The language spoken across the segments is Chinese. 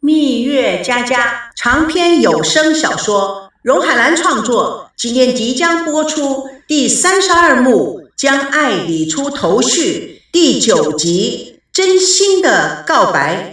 蜜月佳佳长篇有声小说，荣海兰创作，今天即将播出第32幕《将爱理出头绪》第9集《真心的告白》。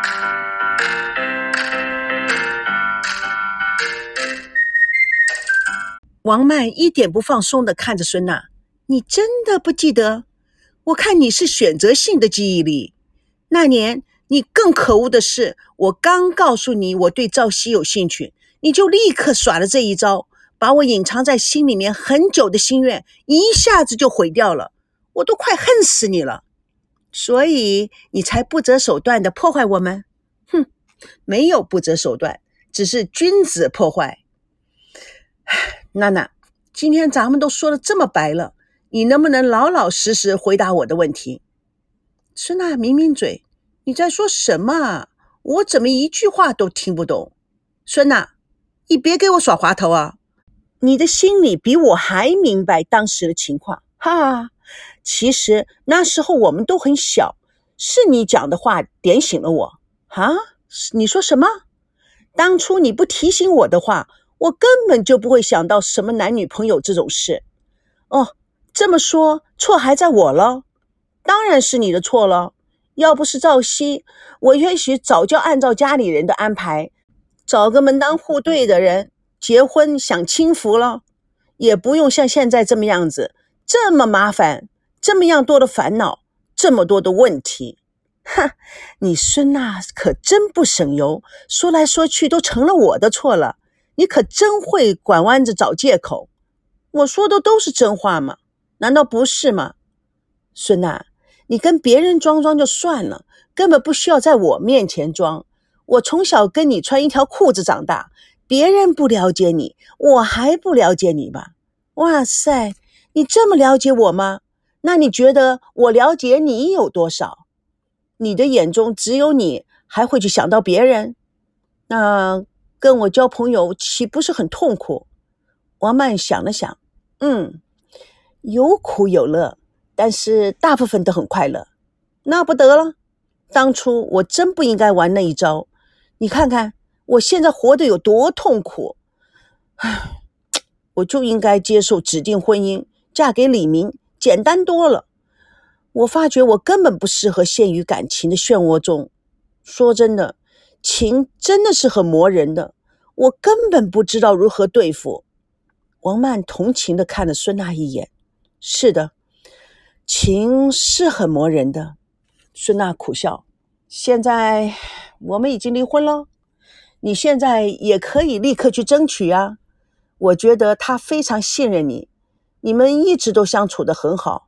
王曼一点不放松地看着孙娜，你真的不记得？我看你是选择性的记忆力。那年你更可恶的是，我刚告诉你我对赵熙有兴趣，你就立刻耍了这一招，把我隐藏在心里面很久的心愿一下子就毁掉了，我都快恨死你了。所以你才不择手段地破坏我们？哼，没有不择手段，只是君子破坏。娜娜，今天咱们都说得这么白了，你能不能老老实实回答我的问题？孙娜抿抿嘴，你在说什么啊？我怎么一句话都听不懂？孙娜，你别给我耍滑头啊！你的心里比我还明白当时的情况，哈。其实那时候我们都很小，是你讲的话点醒了我。啊？你说什么？当初你不提醒我的话，我根本就不会想到什么男女朋友这种事。哦，这么说错还在我了？当然是你的错了。要不是赵熙，我也许早就按照家里人的安排，找个门当户对的人结婚享清福了，也不用像现在这么样子，这么麻烦，这么样多的烦恼，这么多的问题。哼，你孙娜可真不省油，说来说去都成了我的错了，你可真会拐弯子找借口。我说的都是真话吗？难道不是吗？孙娜，你跟别人装装就算了，根本不需要在我面前装。我从小跟你穿一条裤子长大，别人不了解你，我还不了解你吧？哇塞，你这么了解我吗？那你觉得我了解你有多少？你的眼中只有你，还会去想到别人？那跟我交朋友岂不是很痛苦？王曼想了想，有苦有乐，但是大部分都很快乐。那不得了，当初我真不应该玩那一招。你看看我现在活得有多痛苦。我就应该接受指定婚姻，嫁给李明，简单多了。我发觉我根本不适合陷于感情的漩涡中。说真的，情真的是很磨人的，我根本不知道如何对付。王曼同情地看了孙娜一眼，是的，情是很磨人的。孙娜苦笑，现在我们已经离婚了，你现在也可以立刻去争取啊。我觉得他非常信任你，你们一直都相处得很好。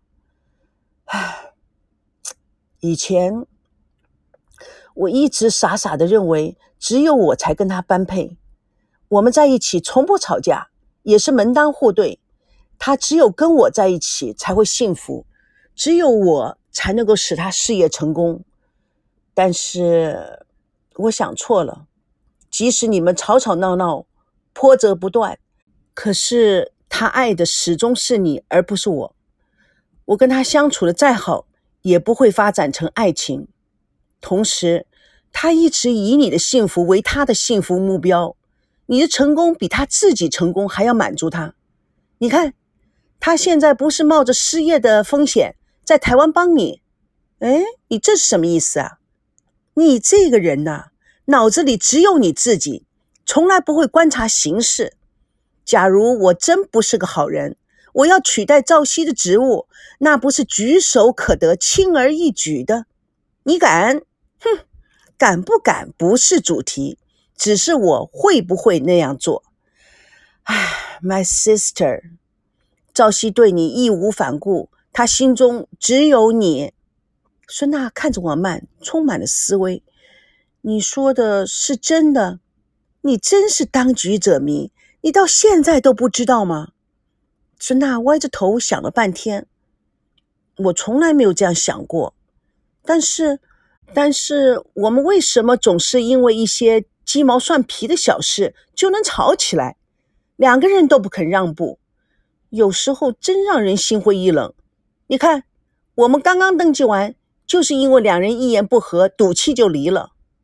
以前我一直傻傻地认为只有我才跟他般配，我们在一起从不吵架，也是门当户对，他只有跟我在一起才会幸福，只有我才能够使他事业成功。但是我想错了，即使你们吵吵闹闹，波折不断，可是他爱的始终是你，而不是我。我跟他相处的再好，也不会发展成爱情。同时，他一直以你的幸福为他的幸福目标，你的成功比他自己成功还要满足他。你看，他现在不是冒着失业的风险在台湾帮你，你这是什么意思啊？你这个人啊，脑子里只有你自己，从来不会观察形势。假如我真不是个好人，我要取代赵熙的职务，那不是举手可得，轻而易举的。你敢？哼，敢不敢不是主题，只是我会不会那样做。My sister， 赵熙对你义无反顾，他心中只有你。孙娜看着王曼，充满了思维。你说的是真的？你真是当局者迷，你到现在都不知道吗？孙娜歪着头想了半天，我从来没有这样想过。但是我们为什么总是因为一些鸡毛蒜皮的小事就能吵起来？两个人都不肯让步，有时候真让人心灰意冷。你看，我们刚刚登记完，就是因为两人一言不合，赌气就离了。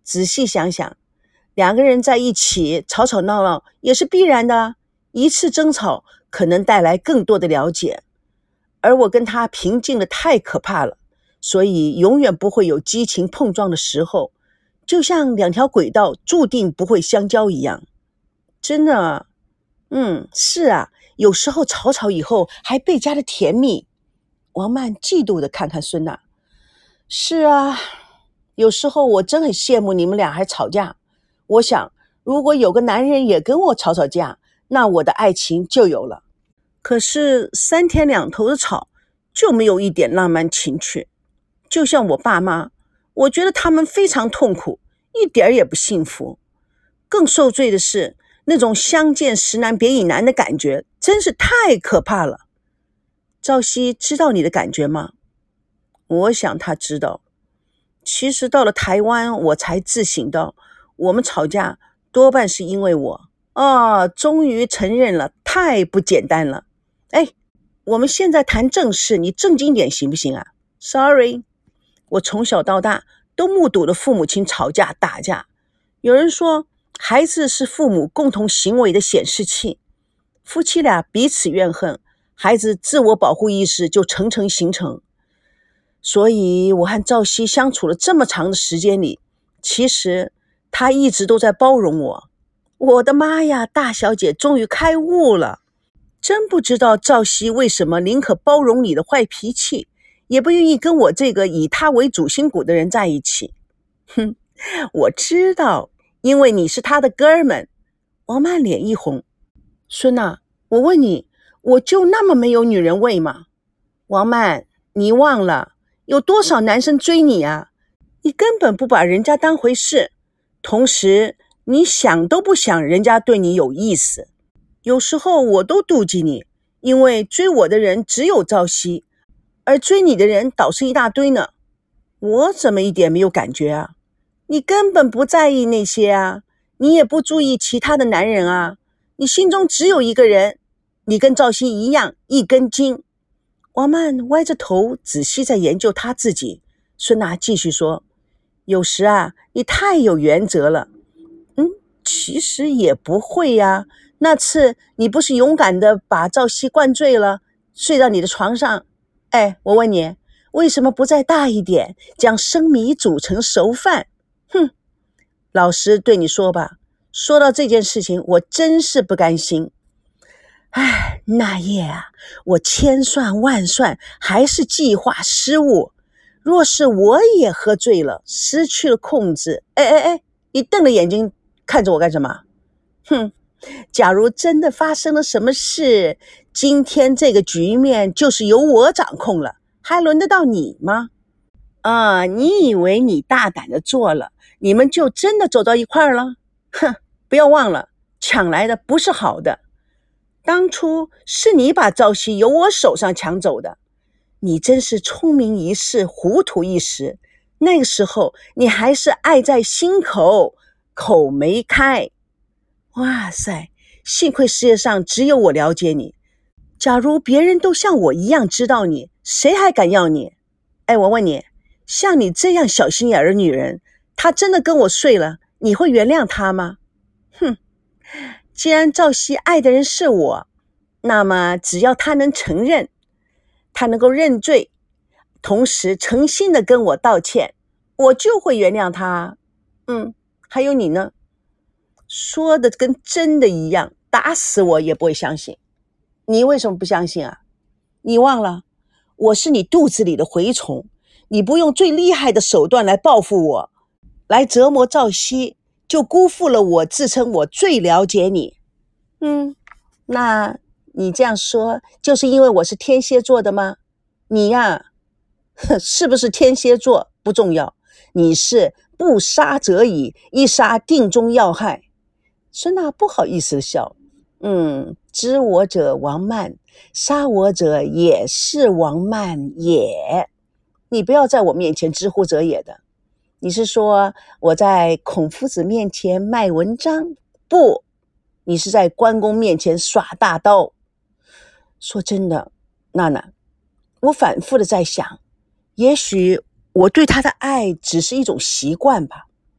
仔细想想，两个人在一起吵吵闹闹也是必然的啊，一次争吵可能带来更多的了解。而我跟他平静的太可怕了，所以永远不会有激情碰撞的时候，就像两条轨道注定不会相交一样。真的啊，是啊，有时候吵吵以后还倍加的甜蜜。王曼嫉妒的看看孙娜。是啊，有时候我真很羡慕你们俩还吵架。我想，如果有个男人也跟我吵吵架，那我的爱情就有了。可是三天两头的吵，就没有一点浪漫情趣。就像我爸妈，我觉得他们非常痛苦，一点也不幸福。更受罪的是，那种相见时难别亦难的感觉，真是太可怕了。赵熙知道你的感觉吗？我想他知道。其实到了台湾，我才自省到，我们吵架多半是因为我。终于承认了，太不简单了。我们现在谈正事，你正经点行不行啊？ Sorry， 我从小到大都目睹了父母亲吵架打架。有人说，孩子是父母共同行为的显示器，夫妻俩彼此怨恨，孩子自我保护意识就层层形成。所以我和赵熙相处了这么长的时间里，其实他一直都在包容我。我的妈呀，大小姐终于开悟了。真不知道赵熙为什么宁可包容你的坏脾气，也不愿意跟我这个以他为主心骨的人在一起。我知道，因为你是他的哥们。王曼脸一红。孙娜，我问你，我就那么没有女人味吗？王曼，你忘了有多少男生追你啊？你根本不把人家当回事，同时你想都不想人家对你有意思。有时候我都妒忌你，因为追我的人只有赵熙，而追你的人倒是一大堆呢。我怎么一点没有感觉啊？你根本不在意那些啊，你也不注意其他的男人啊，你心中只有一个人，你跟赵熙一样一根筋。王曼歪着头仔细在研究他自己。孙娜继续说，有时啊，你太有原则了。其实也不会呀。那次你不是勇敢的把赵熙灌醉了，睡到你的床上。我问你，为什么不再大一点，将生米煮成熟饭？老实对你说吧，说到这件事情，我真是不甘心。那夜啊，我千算万算，还是计划失误。若是我也喝醉了，失去了控制，你瞪着眼睛看着我干什么？假如真的发生了什么事，今天这个局面就是由我掌控了，还轮得到你吗？你以为你大胆的做了，你们就真的走到一块儿了？不要忘了，抢来的不是好的。当初是你把赵熙由我手上抢走的，你真是聪明一世，糊涂一时。那个时候你还是爱在心口，口没开。哇塞，幸亏世界上只有我了解你。假如别人都像我一样知道你，谁还敢要你？我问你，像你这样小心眼的女人，她真的跟我睡了，你会原谅她吗？既然赵熙爱的人是我，那么只要他能承认，他能够认罪，同时诚心的跟我道歉，我就会原谅他。还有你呢？说的跟真的一样，打死我也不会相信。你为什么不相信啊？你忘了，我是你肚子里的蛔虫，你不用最厉害的手段来报复我，来折磨赵熙，就辜负了我自称我最了解你。那你这样说，就是因为我是天蝎座的吗？你呀，是不是天蝎座不重要，你是不杀则已，一杀定中要害。孙娜不好意思的笑，知我者王曼，杀我者也是王曼也。你不要在我面前知乎者也的。你是说我在孔夫子面前卖文章？不，你是在关公面前耍大刀。说真的，娜娜，我反复的在想，也许我对他的爱只是一种习惯吧。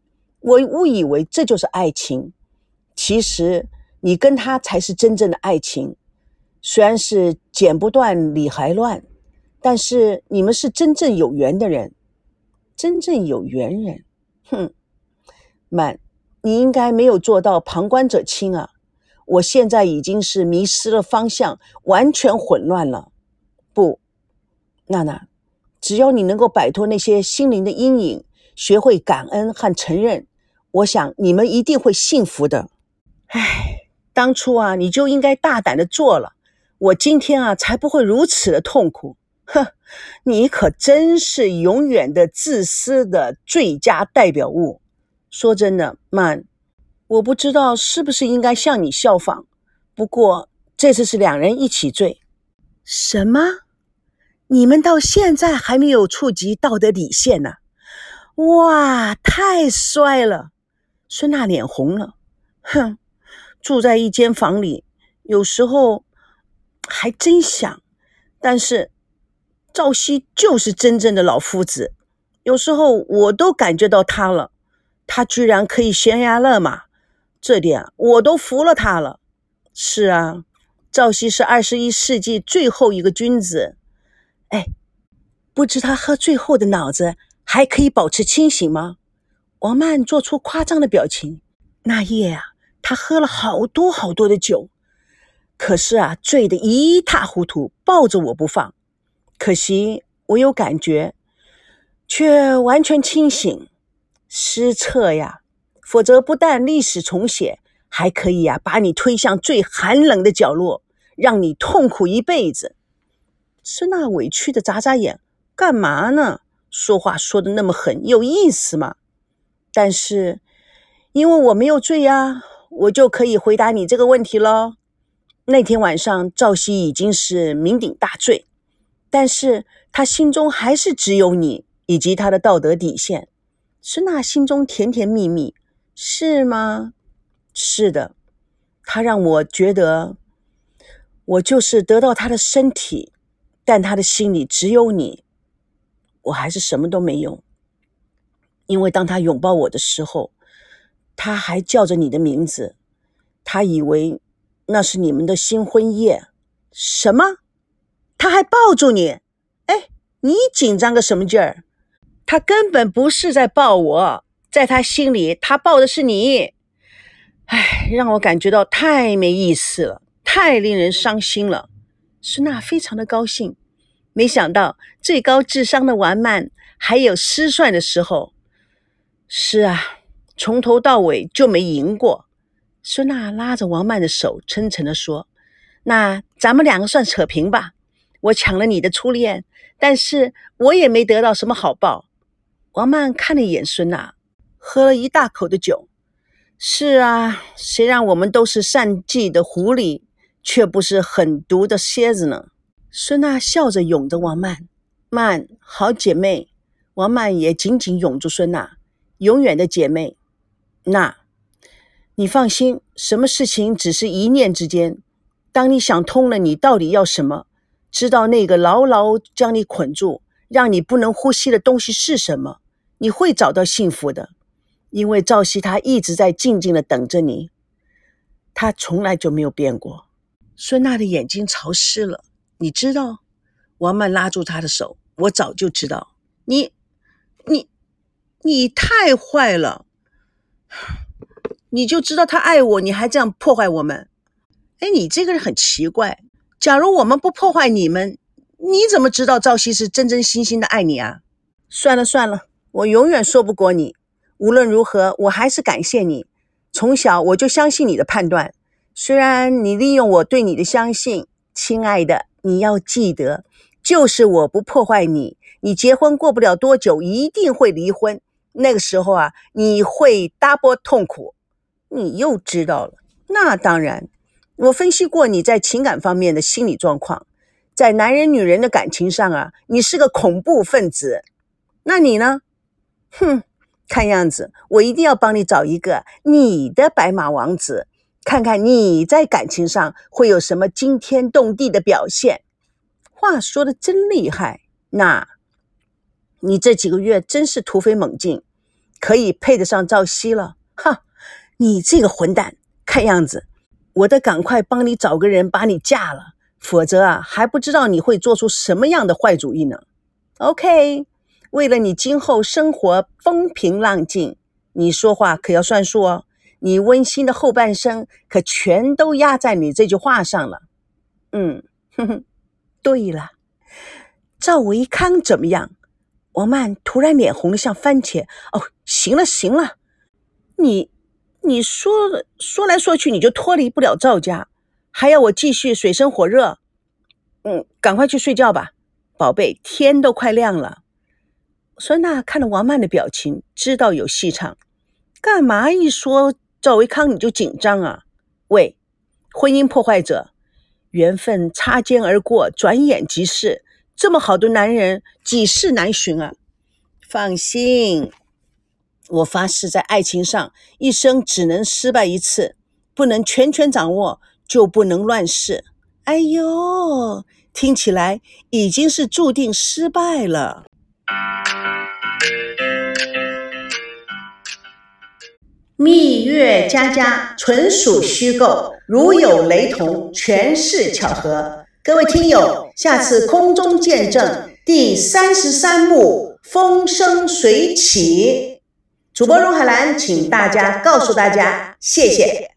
我误以为这就是爱情，其实你跟他才是真正的爱情。虽然是剪不断理还乱，但是你们是真正有缘的人，真正有缘人。曼，你应该没有做到旁观者清啊！我现在已经是迷失了方向，完全混乱了。不，娜娜，只要你能够摆脱那些心灵的阴影，学会感恩和承认，我想你们一定会幸福的。当初啊，你就应该大胆的做了，我今天啊才不会如此的痛苦。你可真是永远的自私的最佳代表物。说真的，曼，我不知道是不是应该向你效仿，不过这次是两人一起罪。什么？你们到现在还没有触及道德底线呢？哇，太衰了！孙娜脸红了。住在一间房里，有时候还真想，但是赵熙就是真正的老夫子，有时候我都感觉到他了，他居然可以悬崖勒马，这点我都服了他了。是啊，赵熙是21世纪最后一个君子。不知他喝醉后的脑子还可以保持清醒吗？王曼做出夸张的表情。那夜啊，他喝了好多好多的酒，可是啊，醉得一塌糊涂，抱着我不放。可惜我有感觉，却完全清醒。失策呀，否则不但历史重写，还可以啊把你推向最寒冷的角落，让你痛苦一辈子。孙娜委屈的眨眨眼，干嘛呢？说话说得那么狠，有意思吗？但是因为我没有醉啊，我就可以回答你这个问题咯。那天晚上赵熙已经是酩酊大醉，但是他心中还是只有你以及他的道德底线。孙娜心中甜甜蜜蜜。是吗？是的，他让我觉得我就是得到他的身体，但他的心里只有你。我还是什么都没有，因为当他拥抱我的时候，他还叫着你的名字，他以为那是你们的新婚夜。什么？他还抱住你？你紧张个什么劲儿？他根本不是在抱我，在他心里，他抱的是你。让我感觉到太没意思了，太令人伤心了。孙娜非常的高兴，没想到最高智商的王曼还有失算的时候。是啊，从头到尾就没赢过。孙娜拉着王曼的手，真诚地说：那咱们两个算扯平吧，我抢了你的初恋，但是我也没得到什么好报。王曼看了一眼孙娜，喝了一大口的酒。是啊，谁让我们都是善妒的狐狸，却不是狠毒的蝎子呢？孙娜笑着拥着王曼。曼，好姐妹。王曼也紧紧拥住孙娜，永远的姐妹。那你放心，什么事情只是一念之间，当你想通了你到底要什么，知道那个牢牢将你捆住让你不能呼吸的东西是什么，你会找到幸福的。因为赵熙他一直在静静的等着你，他从来就没有变过。孙娜的眼睛潮湿了。你知道？王曼拉住他的手。我早就知道。你太坏了，你就知道他爱我，你还这样破坏我们。你这个人很奇怪，假如我们不破坏你们，你怎么知道赵熙是真真心心的爱你啊？算了算了，我永远说不过你。无论如何，我还是感谢你。从小我就相信你的判断，虽然你利用我对你的相信，亲爱的，你要记得，就是我不破坏你，你结婚过不了多久一定会离婚，那个时候啊，你会 double 痛苦。你又知道了。那当然，我分析过你在情感方面的心理状况，在男人女人的感情上啊，你是个恐怖分子。那你呢？看样子我一定要帮你找一个你的白马王子，看看你在感情上会有什么惊天动地的表现。话说得真厉害。那你这几个月真是突飞猛进， 可以配得上赵熙了。哈，你这个混蛋，看样子我得赶快帮你找个人把你嫁了，否则还不知道你会做出什么样的坏主意呢。OK， 为了你今后生活风平浪静，你说话可要算数哦，你温馨的后半生可全都压在你这句话上了。对了，赵维康怎么样？王曼突然脸红得像番茄。行了，你说来说去你就脱离不了赵家，还要我继续水深火热？赶快去睡觉吧，宝贝，天都快亮了。孙娜看了王曼的表情，知道有戏唱。干嘛一说赵维康你就紧张啊？喂，婚姻破坏者，缘分擦肩而过，转眼即逝，这么好的男人几世难寻啊。放心，我发誓在爱情上一生只能失败一次，不能全权掌握，就不能乱试。哎呦，听起来已经是注定失败了。 蜜月佳佳纯属虚构，如有雷同，全是巧合。各位听友，下次空中见证第33幕风生水起。主播荣海兰请大家告诉大家，谢谢。